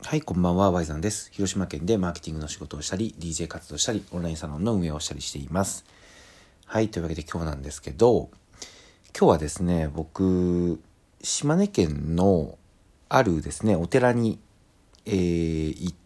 はい、こんばんは、Yさんです。広島県でマーケティングの仕事をしたり、DJ 活動したり、オンラインサロンの運営をしたりしています。はい、というわけで今日なんですけど、今日はですね、僕、島根県のあるですね、お寺に、行って、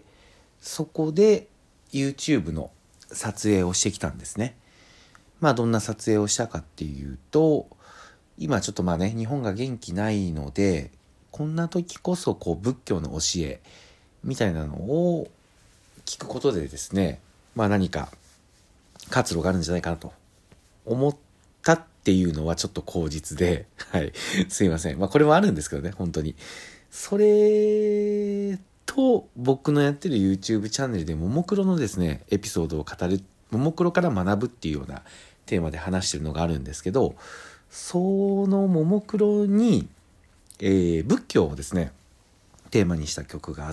そこで YouTube の撮影をしてきたんですね。どんな撮影をしたかっていうと、今ちょっと日本が元気ないので、こんな時こそ仏教の教えみたいなのを聞くことでですね、何か活路があるんじゃないかなと思ったっていうのはちょっと口実で、はい、すいません。これもあるんですけどね、本当に。それと僕のやってる YouTube チャンネルでももクロのですね、エピソードを語る、ももクロから学ぶっていうようなテーマで話してるのがあるんですけど、そのももクロに、仏教をですねテーマにした曲があって、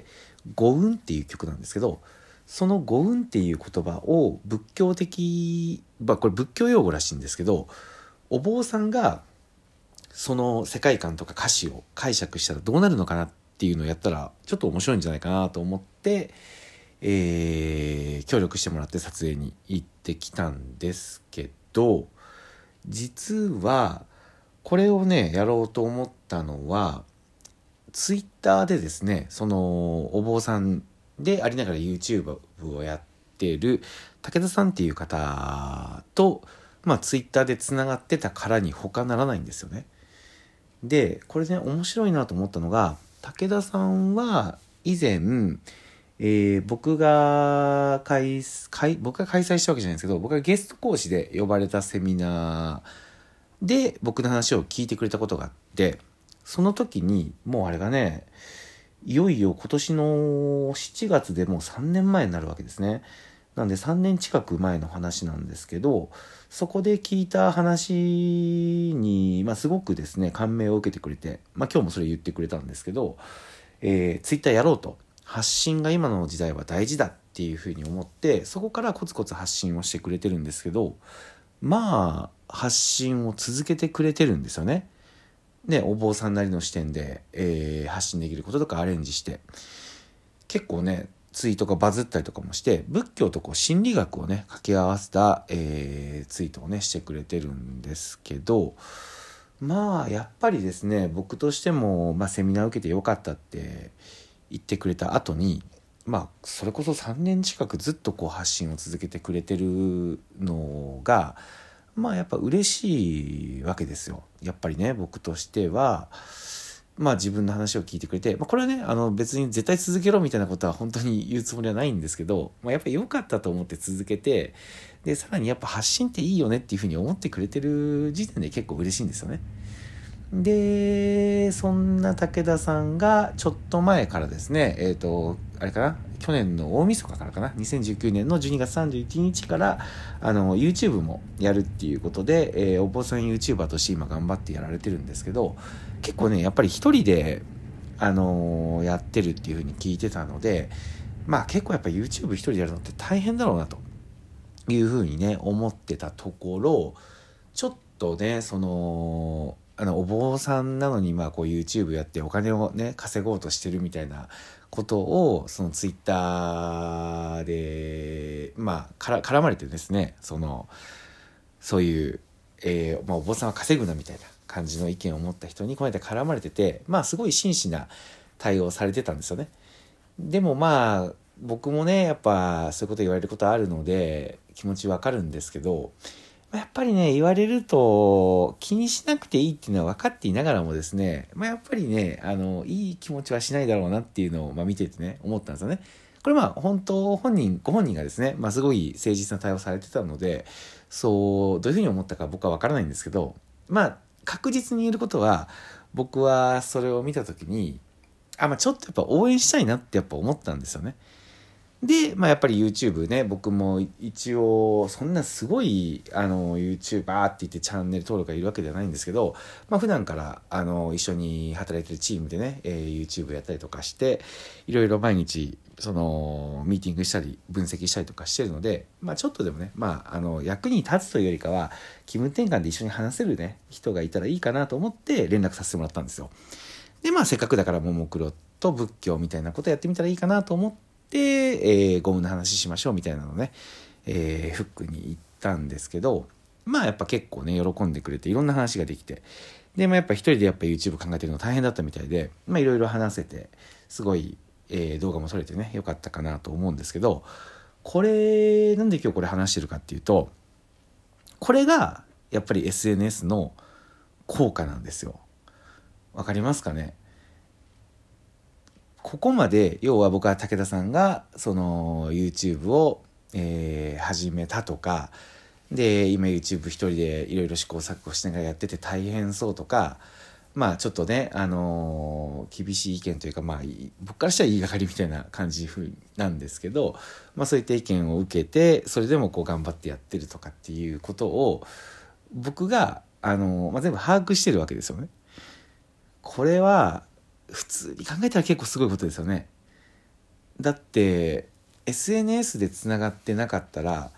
五運っていう曲なんですけど、その五運っていう言葉を仏教的、これ仏教用語らしいんですけど、お坊さんがその世界観とか歌詞を解釈したらどうなるのかなっていうのをやったらちょっと面白いんじゃないかなと思って、協力してもらって撮影に行ってきたんですけど、実はこれをねやろうと思ったのはツイッターでですね、そのお坊さんでありながら YouTube をやっている武田さんっていう方とツイッターでつながってたからに他ならないんですよね。でこれね面白いなと思ったのが、武田さんは以前、僕が開催したわけじゃないんですけど、僕がゲスト講師で呼ばれたセミナーで僕の話を聞いてくれたことがあって、その時にもうあれがね、いよいよ今年の7月でもう3年前になるわけですね。なんで3年近く前の話なんですけど、そこで聞いた話に、すごくですね感銘を受けてくれて、今日もそれ言ってくれたんですけど、ツイッターやろうと、発信が今の時代は大事だっていうふうに思って、そこからコツコツ発信をしてくれてるんですけど、発信を続けてくれてるんですよね。お坊さんなりの視点で、発信できることとかアレンジして、結構ねツイートがバズったりとかもして、仏教と心理学をね掛け合わせた、ツイートをねしてくれてるんですけど、やっぱりですね、僕としても、セミナー受けてよかったって言ってくれた後に、それこそ3年近くずっと発信を続けてくれてるのがやっぱ嬉しいわけですよ。やっぱりね、僕としては自分の話を聞いてくれて、これはね別に絶対続けろみたいなことは本当に言うつもりはないんですけど、やっぱり良かったと思って続けて、でさらにやっぱ発信っていいよねっていうふうに思ってくれてる時点で結構嬉しいんですよね。でそんな武田さんがちょっと前からですね、あれかな、去年の大晦日からかな、2019年の12月31日からYouTube もやるっていうことで、お坊さん YouTuber として今頑張ってやられてるんですけど、結構ねやっぱり一人でやってるっていう風に聞いてたので、結構やっぱ YouTube 一人でやるのって大変だろうなという風にね思ってたところ、ちょっとねお坊さんなのにYouTube やってお金をね稼ごうとしてるみたいなことをそのツイッターで絡まれてですね、そういう、お坊さんは稼ぐなみたいな感じの意見を持った人にこうやって絡まれてて、すごい真摯な対応されてたんですよね。でも僕もねやっぱそういうこと言われることあるので気持ちわかるんですけど、やっぱりね言われると気にしなくていいっていうのは分かっていながらもですね、やっぱりねいい気持ちはしないだろうなっていうのを見ててね思ったんですよね。これ本当ご本人がですね、すごい誠実な対応されてたので、どういうふうに思ったか僕は分からないんですけど、確実に言えることは、僕はそれを見た時にちょっとやっぱ応援したいなってやっぱ思ったんですよね。で、やっぱり YouTube ね、僕も一応そんなすごいYouTuber って言ってチャンネル登録がいるわけではないんですけど、普段から一緒に働いてるチームでね、YouTube やったりとかして、いろいろ毎日ミーティングしたり分析したりとかしてるので、ちょっとでもね、役に立つというよりかは気分転換で一緒に話せるね人がいたらいいかなと思って連絡させてもらったんですよ。でせっかくだからももクロと仏教みたいなことやってみたらいいかなと思って、ゴムの話しましょうみたいなのね、フックに行ったんですけど、まあやっぱ結構ね喜んでくれていろんな話ができて、でやっぱ一人でやっぱ YouTube 考えてるの大変だったみたいで、いろいろ話せてすごい、動画も撮れてね良かったかなと思うんですけど、これなんで今日これ話してるかっていうと、これがやっぱり SNS の効果なんですよ。わかりますかね。ここまで要は僕は武田さんがその YouTube を、始めたとかで、今 YouTube 一人でいろいろ試行錯誤しながらやってて大変そうとか、ちょっとね厳しい意見というか、僕からしたら言いがかりみたいな感じなんですけど、そういった意見を受けてそれでもこう頑張ってやってるとかっていうことを僕が全部把握してるわけですよね。これは普通に考えたら結構すごいことですよね。だって SNS でつながってなかったら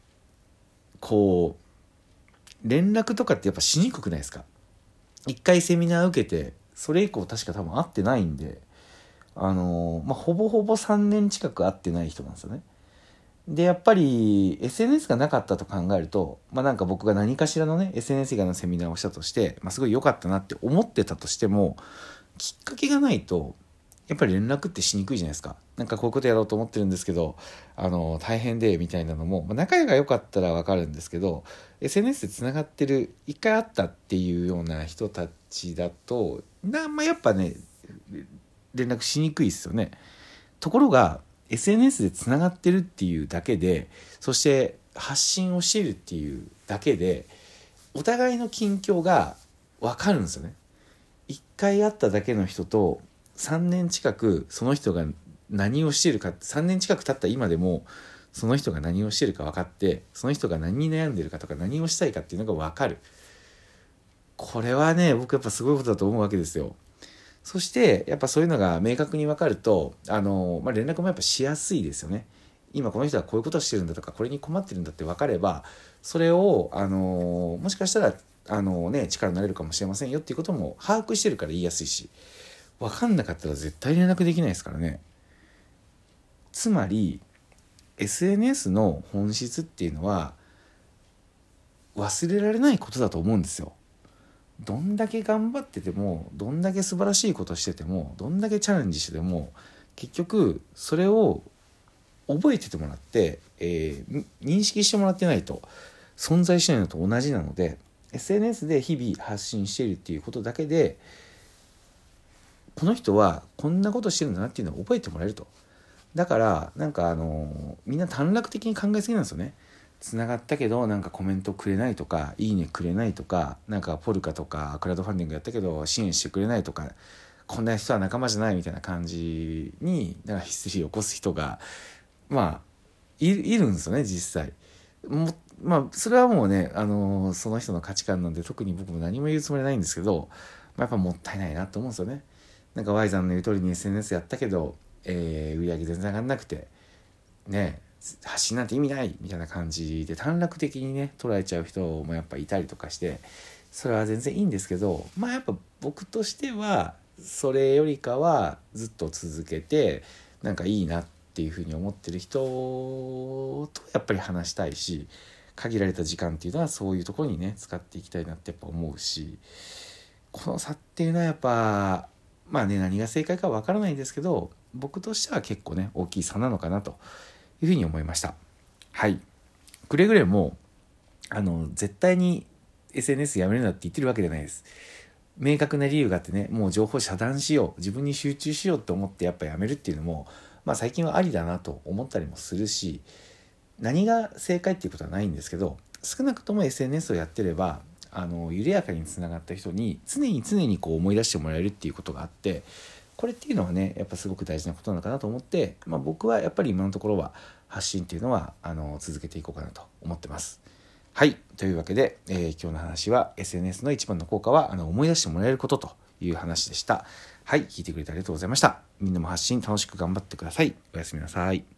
こう連絡とかってやっぱしにくくないですか。一回セミナー受けてそれ以降確か多分会ってないんで、ほぼほぼ3年近く会ってない人なんですよね。でやっぱり SNS がなかったと考えると、なんか僕が何かしらのね SNS 以外のセミナーをしたとして、すごい良かったなって思ってたとしても、きっかけがないとやっぱり連絡ってしにくいじゃないですか。なんかこういうことやろうと思ってるんですけど大変でみたいなのも、仲が良かったら分かるんですけど、 SNS でつながってる一回会ったっていうような人たちだとやっぱね連絡しにくいですよね。ところが SNS でつながってるっていうだけで、そして発信をしているっていうだけでお互いの近況が分かるんですよね。一回会っただけの人と3年近くその人が何をしているか、3年近く経った今でもその人が何をしているか分かって、その人が何に悩んでるかとか何をしたいかっていうのが分かる。これはね僕やっぱすごいことだと思うわけですよ。そしてやっぱそういうのが明確に分かると連絡もやっぱしやすいですよね。今この人はこういうことをしてるんだとかこれに困ってるんだって分かれば、それをもしかしたら力になれるかもしれませんよっていうことも把握してるから言いやすいし、分かんなかったら絶対連絡できないですからね。つまり SNS の本質っていうのは忘れられないことだと思うんですよ。どんだけ頑張ってても、どんだけ素晴らしいことしてても、どんだけチャレンジしてても、結局それを覚えててもらって、認識してもらってないと存在しないのと同じなので、 SNS で日々発信しているっていうことだけでこの人はこんなことしてるんだなっていうのを覚えてもらえると。だからみんな短絡的に考えすぎなんですよね。つながったけどなんかコメントくれないとか、いいねくれないとか、なんかポルカとかクラウドファンディングやったけど支援してくれないとか、こんな人は仲間じゃないみたいな感じになんかヒステリーを起こす人がいるんですよね実際。それはもうねその人の価値観なんで特に僕も何も言うつもりないんですけど、やっぱもったいないなと思うんですよね。なんか Y さんの言う通りに SNS やったけど、売り上げ全然上がんなくてね、発信なんて意味ないみたいな感じで短絡的にね捉えちゃう人もやっぱいたりとかして、それは全然いいんですけど、やっぱ僕としてはそれよりかはずっと続けてなんかいいなっていうふうに思ってる人とやっぱり話したいし、限られた時間っていうのはそういうところにね使っていきたいなってやっぱ思うし、この差っていうのはやっぱ何が正解かわからないんですけど、僕としては結構ね大きい差なのかなというふうに思いました。はい。くれぐれも絶対に SNS やめるなって言ってるわけじゃないです。明確な理由があってね、もう情報遮断しよう、自分に集中しようと思ってやっぱやめるっていうのも最近はありだなと思ったりもするし、何が正解っていうことはないんですけど、少なくとも SNS をやってれば緩やかにつながった人に常にこう思い出してもらえるっていうことがあって、これっていうのはねやっぱすごく大事なことなのかなと思って、僕はやっぱり今のところは発信っていうのは続けていこうかなと思ってます。はい。というわけで、今日の話は SNS の一番の効果は思い出してもらえることという話でした。はい。聞いてくれてありがとうございました。みんなも発信楽しく頑張ってください。おやすみなさい。